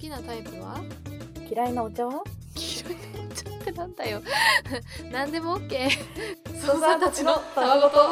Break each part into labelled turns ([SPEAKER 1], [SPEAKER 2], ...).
[SPEAKER 1] きなタイプは？
[SPEAKER 2] 嫌いなお茶は？
[SPEAKER 1] 嫌いなお茶ってなんだよ何でも OK
[SPEAKER 2] ソさんたちのたわごと。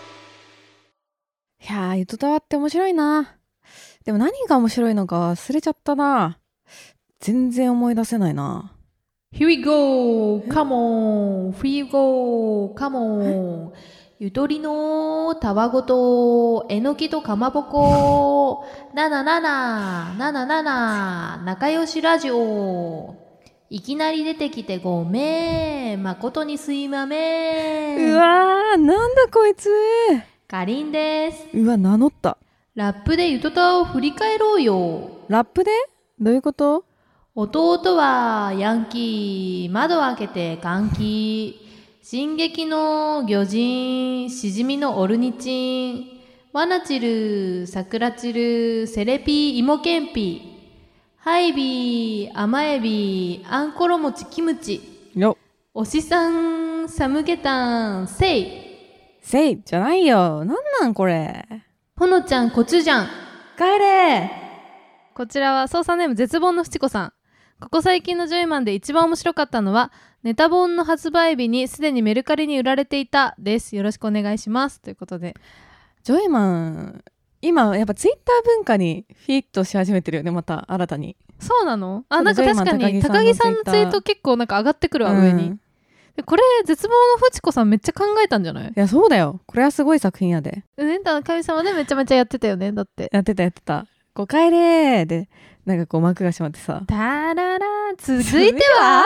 [SPEAKER 3] いやー、ゆとたわって面白いな。でも何が面白いのか忘れちゃったな。全然思い出せないな。
[SPEAKER 4] Here we go! Come on! Here we go! Come on! ゆとりのたわごと、えのきとかまぼこ、77仲良しラジオ。いきなり出てきてごめん、誠にすいまめん。
[SPEAKER 3] うわー、なんだこいつ。
[SPEAKER 4] かりんです。
[SPEAKER 3] うわ、名乗った。
[SPEAKER 4] ラップでゆとたわを振り返ろうよ。
[SPEAKER 3] ラップで？どういうこと？
[SPEAKER 4] 弟はヤンキー、窓開けて換気。進撃の魚人、しじみのオルニチン。ワナチル、サクラチル、セレピー、イモケンピ。ハイビー、甘エビ、あんころ餅、キムチ。
[SPEAKER 3] よっ。
[SPEAKER 4] おしさん、サムゲタン、セイ。
[SPEAKER 3] せいじゃないよ。なんなんこれ。
[SPEAKER 4] ほのちゃん、コチュジャン。
[SPEAKER 3] 帰れ。
[SPEAKER 1] こちらは操作ネーム絶望のフチコさん。ここ最近のジョイマンで一番面白かったのはネタ本の発売日にすでにメルカリに売られていたです。よろしくお願いしますということで、
[SPEAKER 3] ジョイマン今やっぱツイッター文化にフィットし始めてるよね。また新たに。
[SPEAKER 1] そうなの？あ、
[SPEAKER 3] そうだ
[SPEAKER 1] なんか確かに高木さんのツイート結構なんか上がってくるわ、上に。でこれ絶望のフチコさんめっちゃ考えたんじゃない？
[SPEAKER 3] いやそうだよ。これはすごい作品やで。
[SPEAKER 1] 神様でめちゃめちゃやってたよね。だって
[SPEAKER 3] やってた。こう帰れーでなんかこう幕が閉まってさ。
[SPEAKER 1] タララ続いては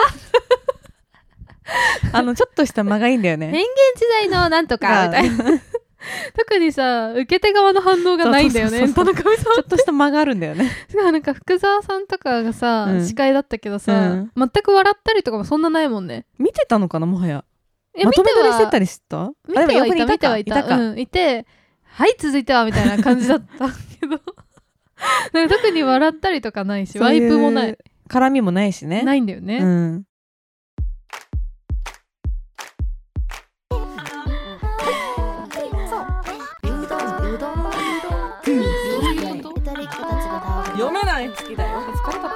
[SPEAKER 3] ちょっとした間がいいんだよね。
[SPEAKER 1] 変幻自在のなんとかみたいな特にさ受け手側の反応がないんだよね。田中美さん
[SPEAKER 3] ちょっとした間があるんだよね。
[SPEAKER 1] なんか福沢さんとかがさ、司会だったけどさ、
[SPEAKER 3] うん
[SPEAKER 1] 全く笑ったりとかもそんなないもんね。
[SPEAKER 3] 見てたのかなもはや。
[SPEAKER 1] え
[SPEAKER 3] まとめ撮りしてた
[SPEAKER 1] り
[SPEAKER 3] りした
[SPEAKER 1] 見てはいた見てはいた
[SPEAKER 3] か、
[SPEAKER 1] いて、はい続いてはみたいな感じだったけどなんか特に笑ったりとかないし、ワイプもない
[SPEAKER 3] 絡みもないしね。
[SPEAKER 1] ないんだよね。
[SPEAKER 3] うん読めない好きだよ。疲れた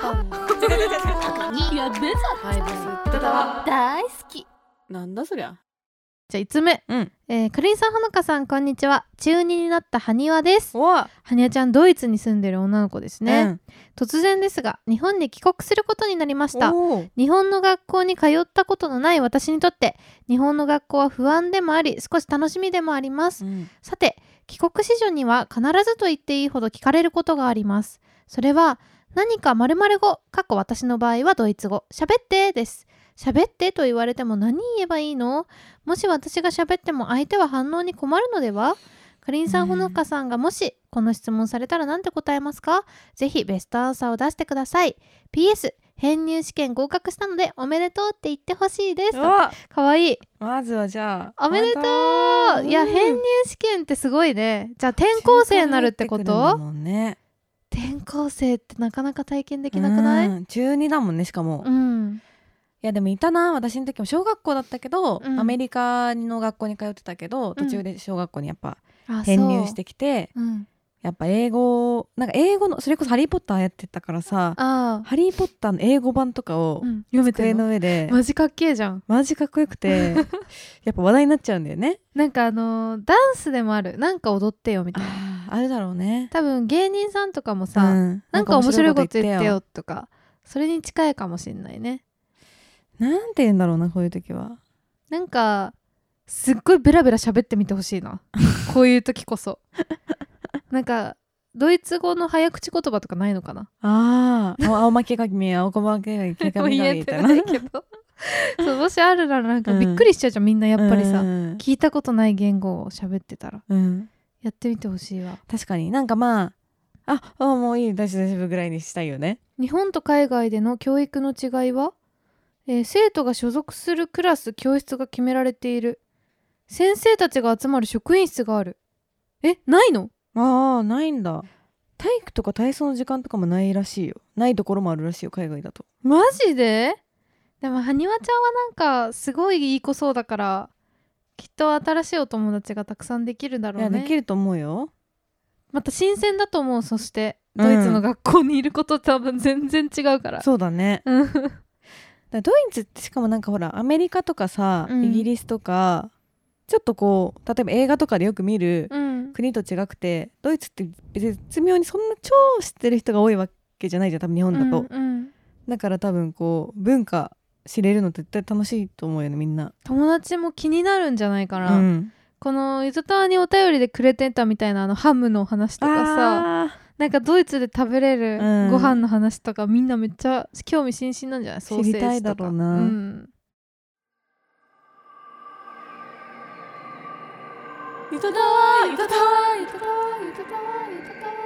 [SPEAKER 1] 大好き。
[SPEAKER 3] なんだそりゃ。
[SPEAKER 1] じゃあ5つ目、かりんさんほのかさんこんにちは。中2になったはにわです。はにわちゃんドイツに住んでる女の子ですね、突然ですが日本に帰国することになりました。日本の学校に通ったことのない私にとって日本の学校は不安でもあり少し楽しみでもあります、さて帰国子女には必ずと言っていいほど聞かれることがあります。それは何か〇〇語私の場合はドイツ語喋ってです。喋ってと言われても何言えばいいの？もし私が喋っても相手は反応に困るのでは？かりんさんほのかさんがもしこの質問されたら何て答えますか？ぜひベストアンサーを出してください。 PS 編入試験合格したのでおめでとうって言ってほしいです。かわいい。
[SPEAKER 3] まずはじゃ
[SPEAKER 1] あおめでとう。いや編入試験ってすごいね。じゃあ転校生になるってこと？転校生ってなかなか体験できなくない？
[SPEAKER 3] 中2だもんねしかも。いやでもいたな。私の時も小学校だったけど、アメリカの学校に通ってたけど途中で小学校にやっぱ編入してきて、やっぱ英語なんか英語のそれこそハリーポッターやってたからさ、ハリーポッターの英語版とかを机の上で、
[SPEAKER 1] マジかっけえじゃん。
[SPEAKER 3] マジかっこよくてやっぱ話題になっちゃうんだよね。
[SPEAKER 1] なんかダンスでもある。なんか踊ってよみたいな。
[SPEAKER 3] あるだろうね。
[SPEAKER 1] 多分芸人さんとかもさ、なんか面白いこと言ってよとかそれに近いかもしんないね。
[SPEAKER 3] なんて言うんだろうなこういう時は。
[SPEAKER 1] なんかすっごいベラベラ喋ってみてほしいなこういう時こそなんかドイツ語の早口言葉とかないのかな。
[SPEAKER 3] 青巻が君青小巻が君がみたいな
[SPEAKER 1] けどそうもしあるならなんかびっくりしちゃうじゃん、みんなやっぱりさ、聞いたことない言語を喋ってたら、やってみてほしいわ。
[SPEAKER 3] 確かになんかまあもういい大丈夫ぐらいにしたいよね。
[SPEAKER 1] 日本と海外での教育の違いは、生徒が所属するクラス教室が決められている。先生たちが集まる職員室がある。ないの？
[SPEAKER 3] ないんだ。体育とか体操の時間とかもないらしいよ。ないところもあるらしいよ海外だと。
[SPEAKER 1] マジで？でもはにわちゃんはなんかすごいいい子そうだからきっと新しいお友達がたくさんできるだろうね。
[SPEAKER 3] いやできると思うよ。
[SPEAKER 1] また新鮮だと思う。そしてドイツの学校にいることって多分全然違うから。
[SPEAKER 3] そうだねだドイツってしかもなんかほらアメリカとかさ、イギリスとかちょっとこう例えば映画とかでよく見る国と違くて、ドイツって絶妙にそんな超知ってる人が多いわけじゃないじゃん多分日本だと、だから多分こう文化知れるの絶対楽しいと思うよねみんな。
[SPEAKER 1] 友達も気になるんじゃないかな、このゆとたわにお便りでくれてたみたいなハムの話とかさ、なんかドイツで食べれるご飯の話とか、みんなめっちゃ興味津々なんじゃない？ソーセージとか
[SPEAKER 3] 知りたいだろうな、
[SPEAKER 2] ゆとたわゆとたわゆとたわゆとたわゆとたわ。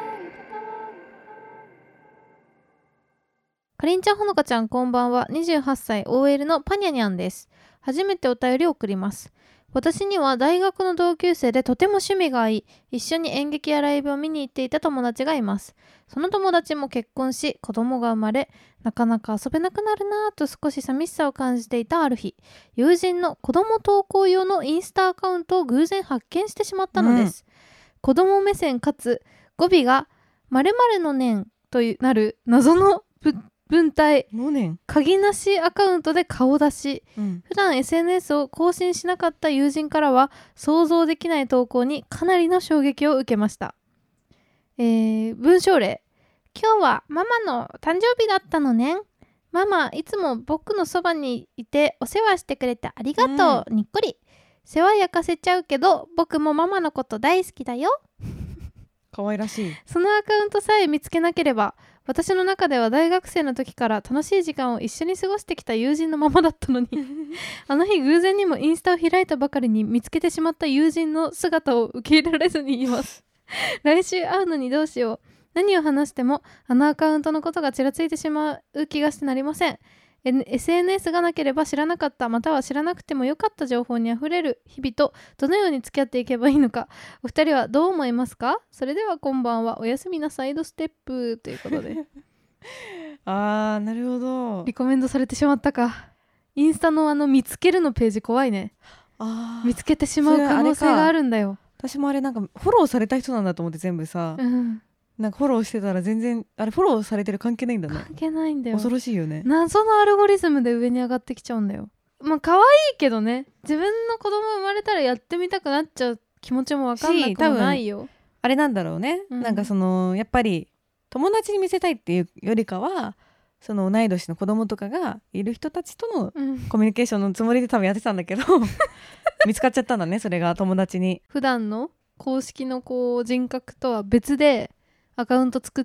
[SPEAKER 1] かりんちゃんほのかちゃんこんばんは。28歳 OL のパニャニャンです。初めてお便りを送ります。私には大学の同級生でとても趣味が合い、一緒に演劇やライブを見に行っていた友達がいます。その友達も結婚し子供が生まれ、なかなか遊べなくなるなぁと少し寂しさを感じていたある日、友人の子供投稿用のインスタアカウントを偶然発見してしまったのです、子供目線かつ語尾が〇〇の年となる謎の文体、鍵なしアカウントで顔出し、普段 SNS を更新しなかった友人からは想像できない投稿にかなりの衝撃を受けました。文章例、今日はママの誕生日だったのね。ママいつも僕のそばにいてお世話してくれてありがとう、にっこり。世話焼かせちゃうけど僕もママのこと大好きだよ。
[SPEAKER 3] 可愛らしい。
[SPEAKER 1] そのアカウントさえ見つけなければ、私の中では大学生の時から楽しい時間を一緒に過ごしてきた友人のままだったのにあの日偶然にもインスタを開いたばかりに見つけてしまった友人の姿を受け入れられずにいます来週会うのにどうしよう。何を話してもあのアカウントのことがちらついてしまう気がしてなりません。SNS がなければ知らなかった、または知らなくてもよかった情報にあふれる日々とどのように付き合っていけばいいのか、お二人はどう思いますか？それではこんばんは、おやすみなサイドステップということで
[SPEAKER 3] あー、なるほど。
[SPEAKER 1] リコメンドされてしまったか。インスタの見つけるのページ怖いね。見つけてしまう可能性があるんだよ。
[SPEAKER 3] 私もあれなんかフォローされた人なんだと思って全部さ、なんかフォローしてたら全然あれフォローされてる関係ないんだね。
[SPEAKER 1] 関係ないんだよ。
[SPEAKER 3] 恐ろしいよね。
[SPEAKER 1] 謎のアルゴリズムで上に上がってきちゃうんだよ。まあ可愛いけどね、自分の子供生まれたらやってみたくなっちゃう気持ちも分かんなくもないよ。
[SPEAKER 3] あれなんだろうね、なんかやっぱり友達に見せたいっていうよりかは、その同い年の子供とかがいる人たちとのコミュニケーションのつもりで多分やってたんだけど見つかっちゃったんだね、それが友達に。
[SPEAKER 1] 普段の公式の人格とは別でアカウント作って、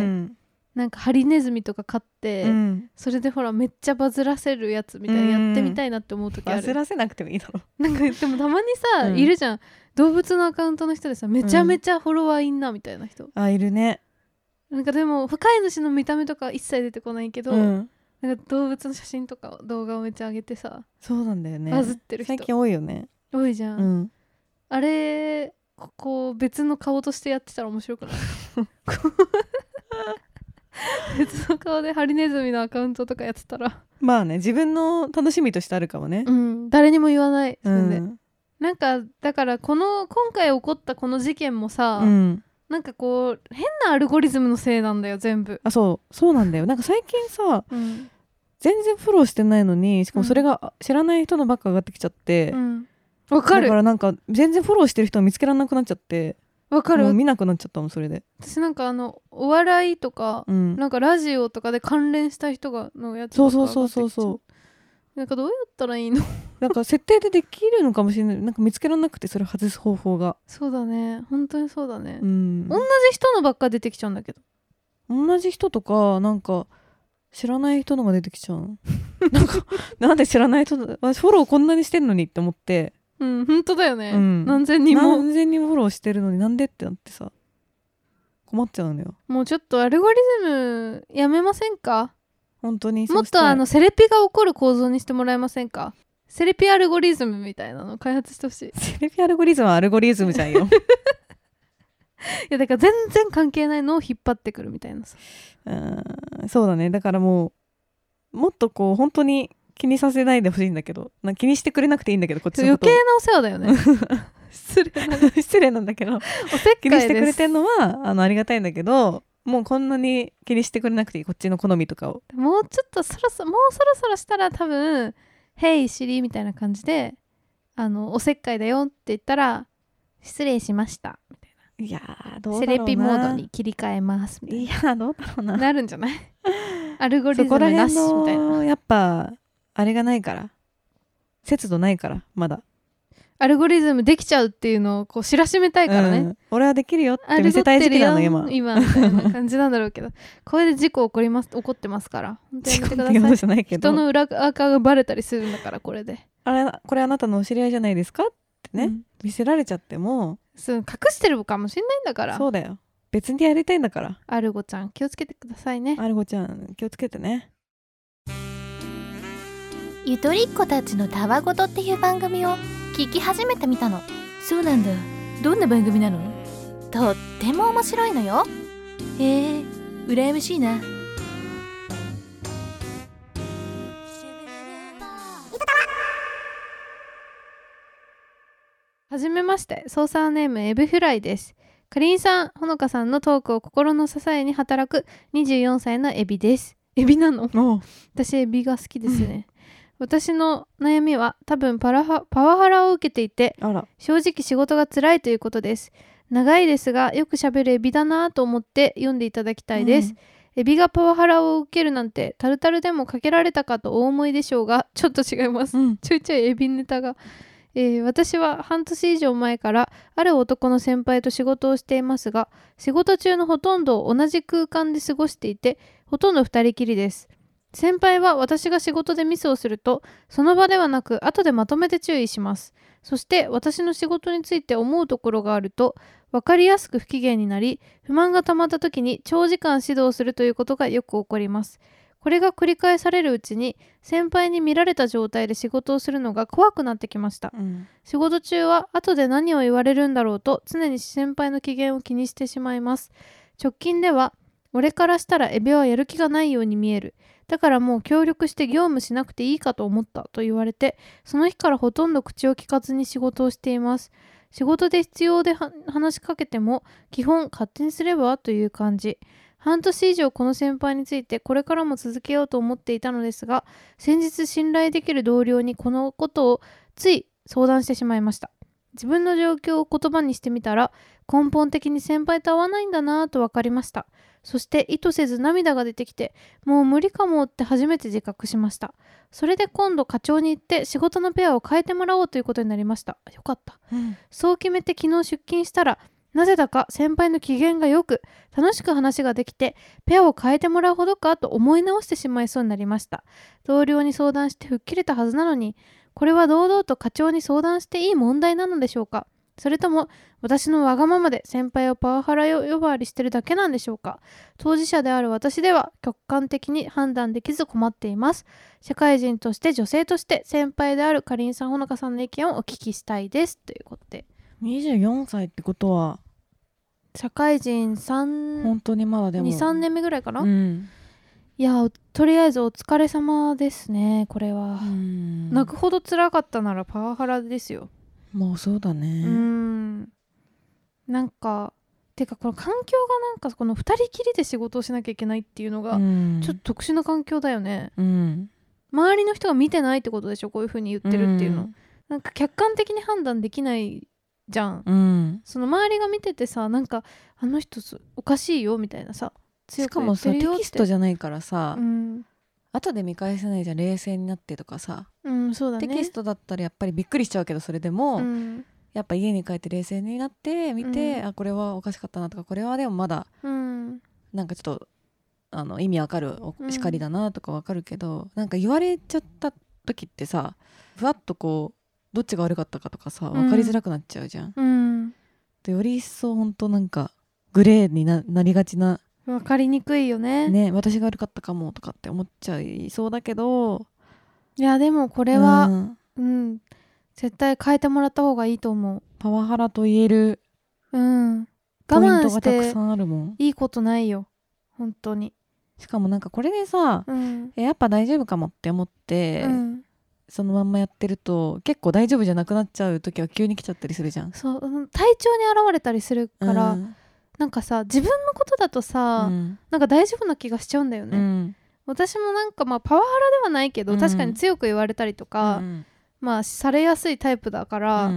[SPEAKER 1] なんかハリネズミとか飼って、それでほらめっちゃバズらせるやつみたいな、やってみたいなって思う時ある。
[SPEAKER 3] バズらせなくてもいいだろ。
[SPEAKER 1] なんかでもたまにさ、いるじゃん、動物のアカウントの人でさ、めちゃめちゃフォロワーいんなみたいな人、
[SPEAKER 3] いるね。
[SPEAKER 1] なんかでも飼い主の見た目とか一切出てこないけど、なんか動物の写真とか動画をめっちゃ上げてさ、
[SPEAKER 3] そうなんだよね、
[SPEAKER 1] バズってる人
[SPEAKER 3] 最近多いよね。
[SPEAKER 1] 多いじゃん、あれ別の顔としてやってたら面白くない別の顔でハリネズミのアカウントとかやってたら
[SPEAKER 3] まあね、自分の楽しみとしてあるかもね。
[SPEAKER 1] 誰にも言わないそれで、なんかだから今回起こったこの事件もさ、なんか変なアルゴリズムのせいなんだよ全部。
[SPEAKER 3] そうなんだよ。なんか最近さ、全然フォローしてないのに、しかもそれが知らない人のばっか上がってきちゃって、
[SPEAKER 1] わかる。
[SPEAKER 3] だからなんか全然フォローしてる人を見つけられなくなっちゃって、
[SPEAKER 1] わかる。
[SPEAKER 3] もう見なくなっちゃったもんそれで。
[SPEAKER 1] 私なんかお笑いとか、なんかラジオとかで関連した人のやつとか上がってきちゃう。そうなんかどうやったらいいの
[SPEAKER 3] なんか設定でできるのかもしれない。なんか見つけられなくて、それ外す方法が。
[SPEAKER 1] そうだね、本当にそうだね。同じ人のばっか出てきちゃうんだけど。
[SPEAKER 3] 同じ人とかなんか知らない人のが出てきちゃうなんかなんで知らない人私フォローこんなにしてんのにって思って。
[SPEAKER 1] 本当だよね、何千人もフォローしてるのになんでってなってさ、困っちゃうのよ。 もうちょっとアルゴリズムやめませんか。
[SPEAKER 3] 本当に
[SPEAKER 1] もっとセレピが起こる構造にしてもらえませんか。セレピアルゴリズムみたいなの開発してほしい。
[SPEAKER 3] セレピアルゴリズムはアルゴリズムじゃんよい
[SPEAKER 1] やだから全然関係ないのを引っ張ってくるみたいなさ。
[SPEAKER 3] そうだね。だからもっと本当に気にさせないでほしいんだけど、気にしてくれなくていいんだけど、こっちのこと
[SPEAKER 1] 余計なお世話だよね
[SPEAKER 3] 失礼なんだけどおせっかいです。気にしてくれてんのはありがたいんだけど、 もうこんなに気にしてくれなくていい、こっちの好みとかを。
[SPEAKER 1] もうちょっともうそろそろしたら多分「ヘイシリ」みたいな感じでおせっかいだよって言ったら失礼しましたみたいな、
[SPEAKER 3] いやどうだろうな、
[SPEAKER 1] セレピモードに切り替えますみたいな、
[SPEAKER 3] いやどうだろうな、
[SPEAKER 1] なるんじゃないアルゴリズムなしみたいな。
[SPEAKER 3] やっぱあれがないから、節度ないから、まだ
[SPEAKER 1] アルゴリズムできちゃうっていうのをこう知らしめたいからね、
[SPEAKER 3] 俺はできるよって見せたい時期なの今
[SPEAKER 1] みたいな感じなんだろうけどこれで事故起こってますから本当にやめてください。
[SPEAKER 3] 事故じゃないけど、
[SPEAKER 1] 人の裏側がバレたりするんだから、これで
[SPEAKER 3] これあなたのお知り合いじゃないですかってね、見せられちゃっても
[SPEAKER 1] そう隠してるかもしれないんだから。
[SPEAKER 3] そうだよ、別にやりたいんだから。
[SPEAKER 1] アルゴちゃん気をつけてくださいね。
[SPEAKER 3] アルゴちゃん気をつけてね。
[SPEAKER 2] ゆとりっ子たちのたわごとっていう番組を聞き始めてみたの。そうなんだ。どんな番組なの？とっても面白いのよ。へえ、羨ましいな。
[SPEAKER 1] はじめまして、操作ネームエビフライです。かりんさん、ほのかさんのトークを心の支えに働く24歳のエビです。エビなの？私エビが好きですね。私の悩みは多分パワハラを受けていて、正直仕事が辛いということです。長いですがよく喋るエビだなと思って読んでいただきたいです。エビがパワハラを受けるなんてタルタルでもかけられたかとお思いでしょうが、ちょっと違います。ちょいちょいエビネタが。私は半年以上前からある男の先輩と仕事をしていますが、仕事中のほとんどを同じ空間で過ごしていて、ほとんど二人きりです。先輩は私が仕事でミスをするとその場ではなく後でまとめて注意します。そして私の仕事について思うところがあると分かりやすく不機嫌になり、不満がたまった時に長時間指導するということがよく起こります。これが繰り返されるうちに先輩に見られた状態で仕事をするのが怖くなってきました。仕事中は後で何を言われるんだろうと常に先輩の機嫌を気にしてしまいます。直近では俺からしたらエビはやる気がないように見える、だからもう協力して業務しなくていいかと思ったと言われて、その日からほとんど口を聞かずに仕事をしています。仕事で必要で話しかけても基本勝手にすればという感じ。半年以上この先輩についてこれからも続けようと思っていたのですが、先日信頼できる同僚にこのことをつい相談してしまいました。自分の状況を言葉にしてみたら根本的に先輩と合わないんだなぁと分かりました。そして意図せず涙が出てきて、もう無理かもって初めて自覚しました。それで今度課長に行って仕事のペアを変えてもらおうということになりました。よかった、そう決めて昨日出勤したら、なぜだか先輩の機嫌がよく楽しく話ができて、ペアを変えてもらうほどかと思い直してしまいそうになりました。同僚に相談して吹っ切れたはずなのに、これは堂々と課長に相談していい問題なのでしょうか。それとも私のわがままで先輩をパワハラ呼ばわりしてるだけなんでしょうか。当事者である私では客観的に判断できず困っています。社会人として女性として先輩であるかりんさんほのかさんの意見をお聞きしたいですということで。
[SPEAKER 3] 24歳ってことは
[SPEAKER 1] 社会人
[SPEAKER 3] 本当にまだでも
[SPEAKER 1] 2,3 年目ぐらいかな、いやとりあえずお疲れ様ですね。これは泣くほど辛かったならパワハラですよ。
[SPEAKER 3] もうそうだね。
[SPEAKER 1] なんかてかこの環境がなんかこの2人きりで仕事をしなきゃいけないっていうのがちょっと特殊な環境だよね。周りの人が見てないってことでしょ、こういう風に言ってるっていうの。なんか客観的に判断できないじゃん、その周りが見ててさ、なんかあの人おかしいよみたいなさ、
[SPEAKER 3] しかもさテキストじゃないからさ、後で見返せないじゃん、冷静になってとかさ、
[SPEAKER 1] そうだね、
[SPEAKER 3] テキストだったらやっぱりびっくりしちゃうけど、それでも、やっぱ家に帰って冷静になって見て、あこれはおかしかったなとか、これはでもまだ、なんかちょっと意味わかる叱りだなとかわかるけど、なんか言われちゃった時ってさ、ふわっとこうどっちが悪かったかとかさ分かりづらくなっちゃうじゃん、でより一層ほんとなんかグレーに なりがちな、
[SPEAKER 1] 分かりにくいよね。
[SPEAKER 3] 私が悪かったかもとかって思っちゃいそうだけど、
[SPEAKER 1] いやでもこれは絶対変えてもらった方がいいと思う。
[SPEAKER 3] パワハラと言える
[SPEAKER 1] ポイントがたくさんあるもん。いいことないよ本当に。
[SPEAKER 3] しかもなんかこれでさ、やっぱ大丈夫かもって思って、そのまんまやってると結構大丈夫じゃなくなっちゃう時は急に来ちゃったりするじゃん。
[SPEAKER 1] そう、体調に現れたりするから、 なんかさ自分のことだとさ、なんか大丈夫な気がしちゃうんだよね、私もなんかまあパワハラではないけど、確かに強く言われたりとか、まあされやすいタイプだから、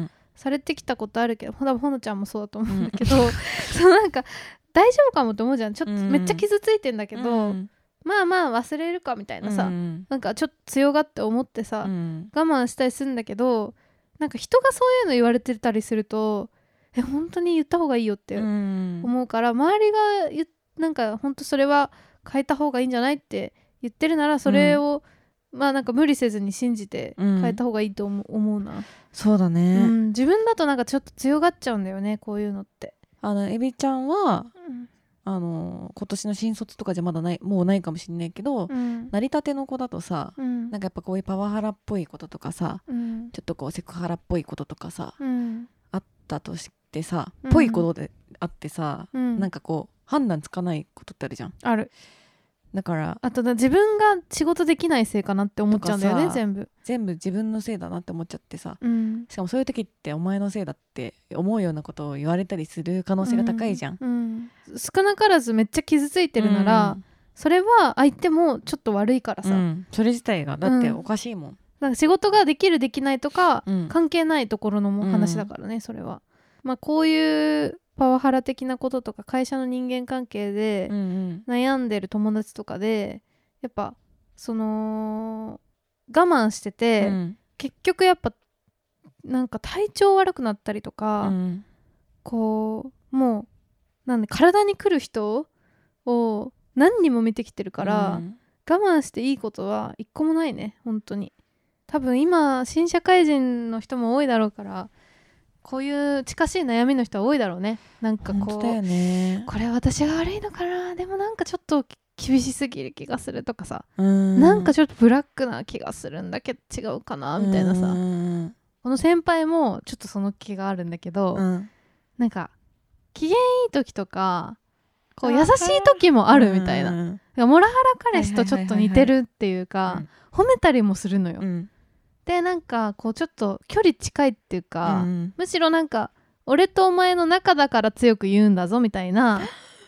[SPEAKER 1] されてきたことあるけど、ほのちゃんもそうだと思うんだけどそうなんか大丈夫かもって思うじゃん。ちょっとめっちゃ傷ついてんだけど、まあまあ忘れるかみたいなさ、なんかちょっと強がって思ってさ、我慢したりするんだけど、なんか人がそういうの言われてたりすると本当に言った方がいいよって思うから、周りがなんか本当それは変えた方がいいんじゃないって言ってるなら、それを、まあなんか無理せずに信じて変えた方がいいと思うな。
[SPEAKER 3] そうだね、
[SPEAKER 1] 自分だとなんかちょっと強がっちゃうんだよね、こういうのって。
[SPEAKER 3] エビちゃんは、今年の新卒とかじゃまだもうないかもしれないけど、成り立ての子だとさ、なんかやっぱこういうパワハラっぽいこととかさ、ちょっとこうセクハラっぽいこととかさ、あったとしてさ、ぽいことであってさ、なんかこう判断つかないことってあるじゃん。
[SPEAKER 1] ある。
[SPEAKER 3] だから
[SPEAKER 1] あと自分が仕事できないせいかなって思っちゃうんだよね。全部
[SPEAKER 3] 自分のせいだなって思っちゃってさ、しかもそういう時ってお前のせいだって思うようなことを言われたりする可能性が高いじゃん、
[SPEAKER 1] 少なからずめっちゃ傷ついてるなら、それは相手もちょっと悪いからさ、
[SPEAKER 3] それ自体がだっておかしいもん、
[SPEAKER 1] なんか仕事ができるできないとか、関係ないところの話だからね、それは。まあこういうパワハラ的なこととか会社の人間関係で悩んでる友達とかで、やっぱその我慢してて、結局やっぱなんか体調悪くなったりとか、こうもうなんで体に来る人を何人も見てきてるから、我慢していいことは一個もないね、本当に。多分今新社会人の人も多いだろうから、こういう近しい悩みの人は多いだろうね。なんかこう、
[SPEAKER 3] だよね、
[SPEAKER 1] これ私が悪いのかな、でもなんかちょっと厳しすぎる気がするとかさ、なんかちょっとブラックな気がするんだけど違うかなみたいなさ、この先輩もちょっとその気があるんだけど、なんか機嫌いい時とかこう優しい時もあるみたいな、モラハラ彼氏とちょっと似てるっていうか、褒めたりもするのよ、でなんかこうちょっと距離近いっていうか、むしろなんか俺とお前の仲だから強く言うんだぞみたいな、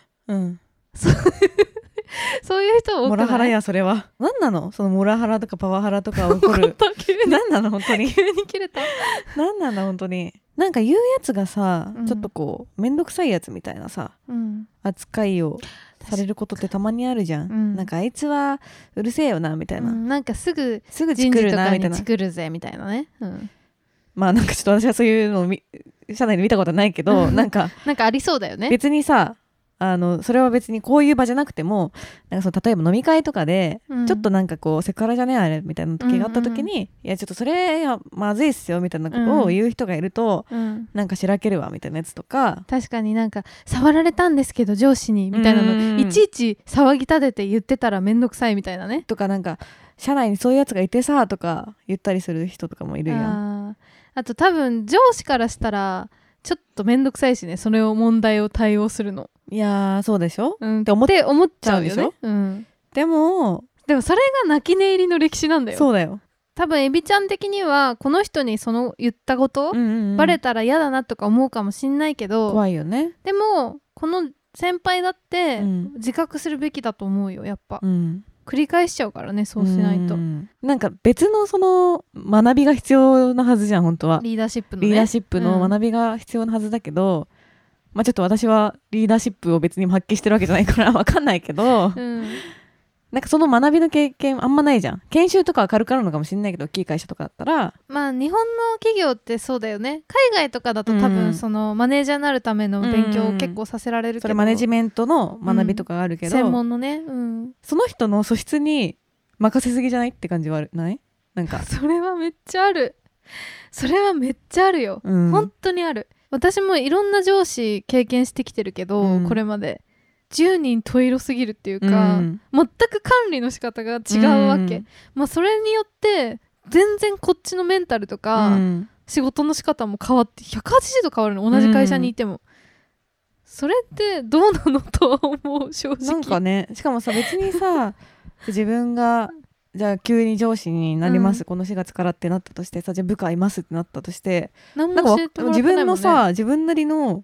[SPEAKER 1] そういう人多くない？
[SPEAKER 3] モラハラやそれは。何なのそのモラハラとかパワハラとか起こる何なの本当に
[SPEAKER 1] 急に切れた
[SPEAKER 3] 何なんだ本当に。なんか言うやつがさ、ちょっとこうめんどくさいやつみたいなさ、扱いをされることってたまにあるじゃん、なんかあいつはうるせえよなみたいな、
[SPEAKER 1] なんかすぐ
[SPEAKER 3] チクるなみたいな、
[SPEAKER 1] チクるぜみたいなね、
[SPEAKER 3] まあなんかちょっと私はそういうのを社内で見たことないけどなんか
[SPEAKER 1] ありそうだよね。
[SPEAKER 3] 別にさそれは別にこういう場じゃなくても、なんか例えば飲み会とかで、ちょっとなんかこうセクハラじゃねえあれみたいな時があった時に、いやちょっとそれまずいっすよみたいなことを言う人がいると、なんかしらけるわみたいなやつとか、
[SPEAKER 1] 確かになんか触られたんですけど上司にみたいなのいちいち騒ぎ立てて言ってたらめんどくさいみたいなね、
[SPEAKER 3] とかなんか社内にそういうやつがいてさとか言ったりする人とかもいるやん。
[SPEAKER 1] あと多分上司からしたらちょっとめんどくさいしね、それを問題を対応するの。
[SPEAKER 3] いやーそうでしょ、
[SPEAKER 1] って思っちゃうでしょ、
[SPEAKER 3] でも
[SPEAKER 1] それが泣き寝入りの歴史なんだよ。
[SPEAKER 3] そうだよ。
[SPEAKER 1] 多分エビちゃん的にはこの人にその言ったこと、バレたら嫌だなとか思うかもしんないけど、
[SPEAKER 3] 怖いよね。
[SPEAKER 1] でもこの先輩だって自覚するべきだと思うよ、やっぱ、繰り返しちゃうからね、そうしないと。
[SPEAKER 3] なんか別のその学びが必要なはずじゃん本当は。
[SPEAKER 1] リーダーシップのね、
[SPEAKER 3] リーダーシップの学びが必要なはずだけど、まあちょっと私はリーダーシップを別に発揮してるわけじゃないから分かんないけど、なんかその学びの経験あんまないじゃん。研修とかは軽くあるのかもしれないけど、大きい会社とかだったら。
[SPEAKER 1] まあ日本の企業ってそうだよね。海外とかだと多分そのマネージャーになるための勉強を結構させられるけど、
[SPEAKER 3] それマネジメントの学びとかがあるけど、
[SPEAKER 1] 専門のね、
[SPEAKER 3] その人の素質に任せすぎじゃないって感じはない？なんか
[SPEAKER 1] それはめっちゃある。それはめっちゃあるよ、本当にある。私もいろんな上司経験してきてるけど、これまで10人十色すぎるっていうか、全く管理の仕方が違うわけ、まあそれによって全然こっちのメンタルとか、仕事の仕方も変わって180度変わるの、同じ会社にいても、それってどうなのとは思う、正直。
[SPEAKER 3] なんかね、しかもさ別にさ自分がじゃあ急に上司になります、この4月からってなったとしてさ、じゃあ部下いますってなったとして、なんか自分のさ自分なりの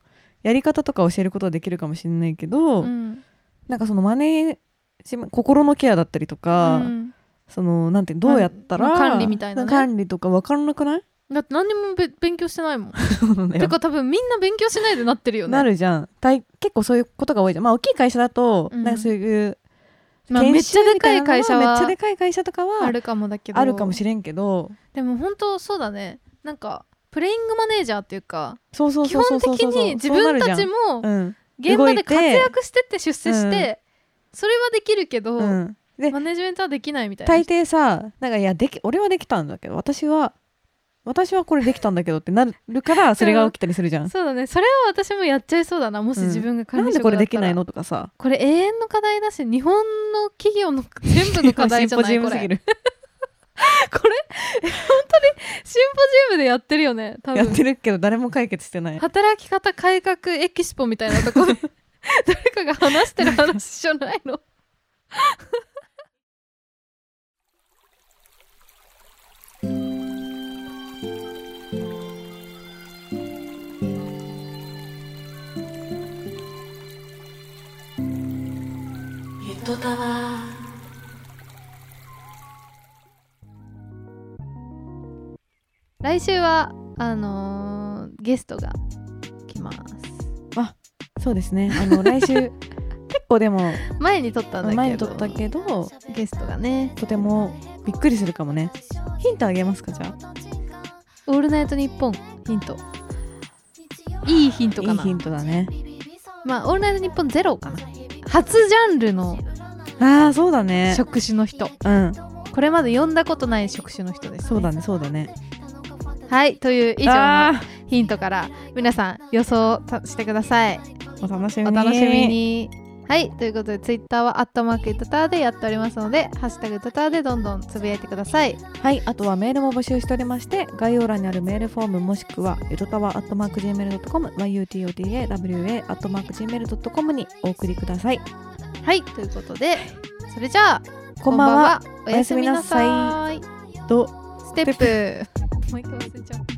[SPEAKER 3] やり方とか教えることはできるかもしれないけど、なんかそのマネー心のケアだったりとか、そのなんてどうやったら、
[SPEAKER 1] 管理みたいなね、
[SPEAKER 3] 管理とか分からなくない？
[SPEAKER 1] だって何にも勉強してないもんてか多分みんな勉強しないでなってるよね。
[SPEAKER 3] なるじゃん。結構そういうことが多いじゃん。まあ大きい会社だと、なんかそういう
[SPEAKER 1] めっちゃでかい会社は
[SPEAKER 3] めっちゃでかい会社とかは
[SPEAKER 1] あるかもだけど、
[SPEAKER 3] あるかもしれんけど、
[SPEAKER 1] でも本当そうだね。なんかプレイングマネージャーっていうか、
[SPEAKER 3] 基本的
[SPEAKER 1] に自分たちも現場で活躍してって出世して、それはできるけど、でマネジメントはできないみたいな。
[SPEAKER 3] 大抵さ、なんかいや俺はできたんだけど、私はこれできたんだけどってなるからそれが起きたりするじゃん。
[SPEAKER 1] そうだね。それは私もやっちゃいそうだな、もし自分が管理職だったら。
[SPEAKER 3] なんでこれできないのとかさ。
[SPEAKER 1] これ永遠の課題だし、日本の企業の全部の課題じゃないこれ。これ本当にシンポジウムでやってるよね、多分。
[SPEAKER 3] やってるけど誰も解決してない。
[SPEAKER 1] 働き方改革エキスポみたいなところ誰かが話してる話じゃないの
[SPEAKER 2] ゆとたわ。
[SPEAKER 1] 来週はゲストが来ます。
[SPEAKER 3] あ、そうですね。来週結構でも
[SPEAKER 1] 前に撮ったんだ
[SPEAKER 3] けど
[SPEAKER 1] ゲストがね、
[SPEAKER 3] とてもびっくりするかもね。ヒントあげますか？じゃあ
[SPEAKER 1] オールナイトニッポンヒント。いいヒントかな。
[SPEAKER 3] いいヒントだね。
[SPEAKER 1] まあオールナイトニッポンゼロかな。初ジャンルの
[SPEAKER 3] そうだね、
[SPEAKER 1] 職種の人。これまで読んだことない職種の人です、ね。そうだね。はい、という以上のヒントから皆さん予想してください。
[SPEAKER 3] お楽しみ
[SPEAKER 1] に。はい、ということでツイッターは@ゆとたわでやっておりますので、ハッシュタグゆとたわでどんどんつぶやいてください。
[SPEAKER 3] はい、あとはメールも募集しておりまして、概要欄にあるメールフォームもしくはゆとたわ@gmail.com yutotawa@gmail.com にお送りください。
[SPEAKER 1] はい、ということでそれじゃあ
[SPEAKER 3] こんばんは、
[SPEAKER 1] おやすみなさい。
[SPEAKER 3] ス
[SPEAKER 1] テップもう一回忘れちゃう。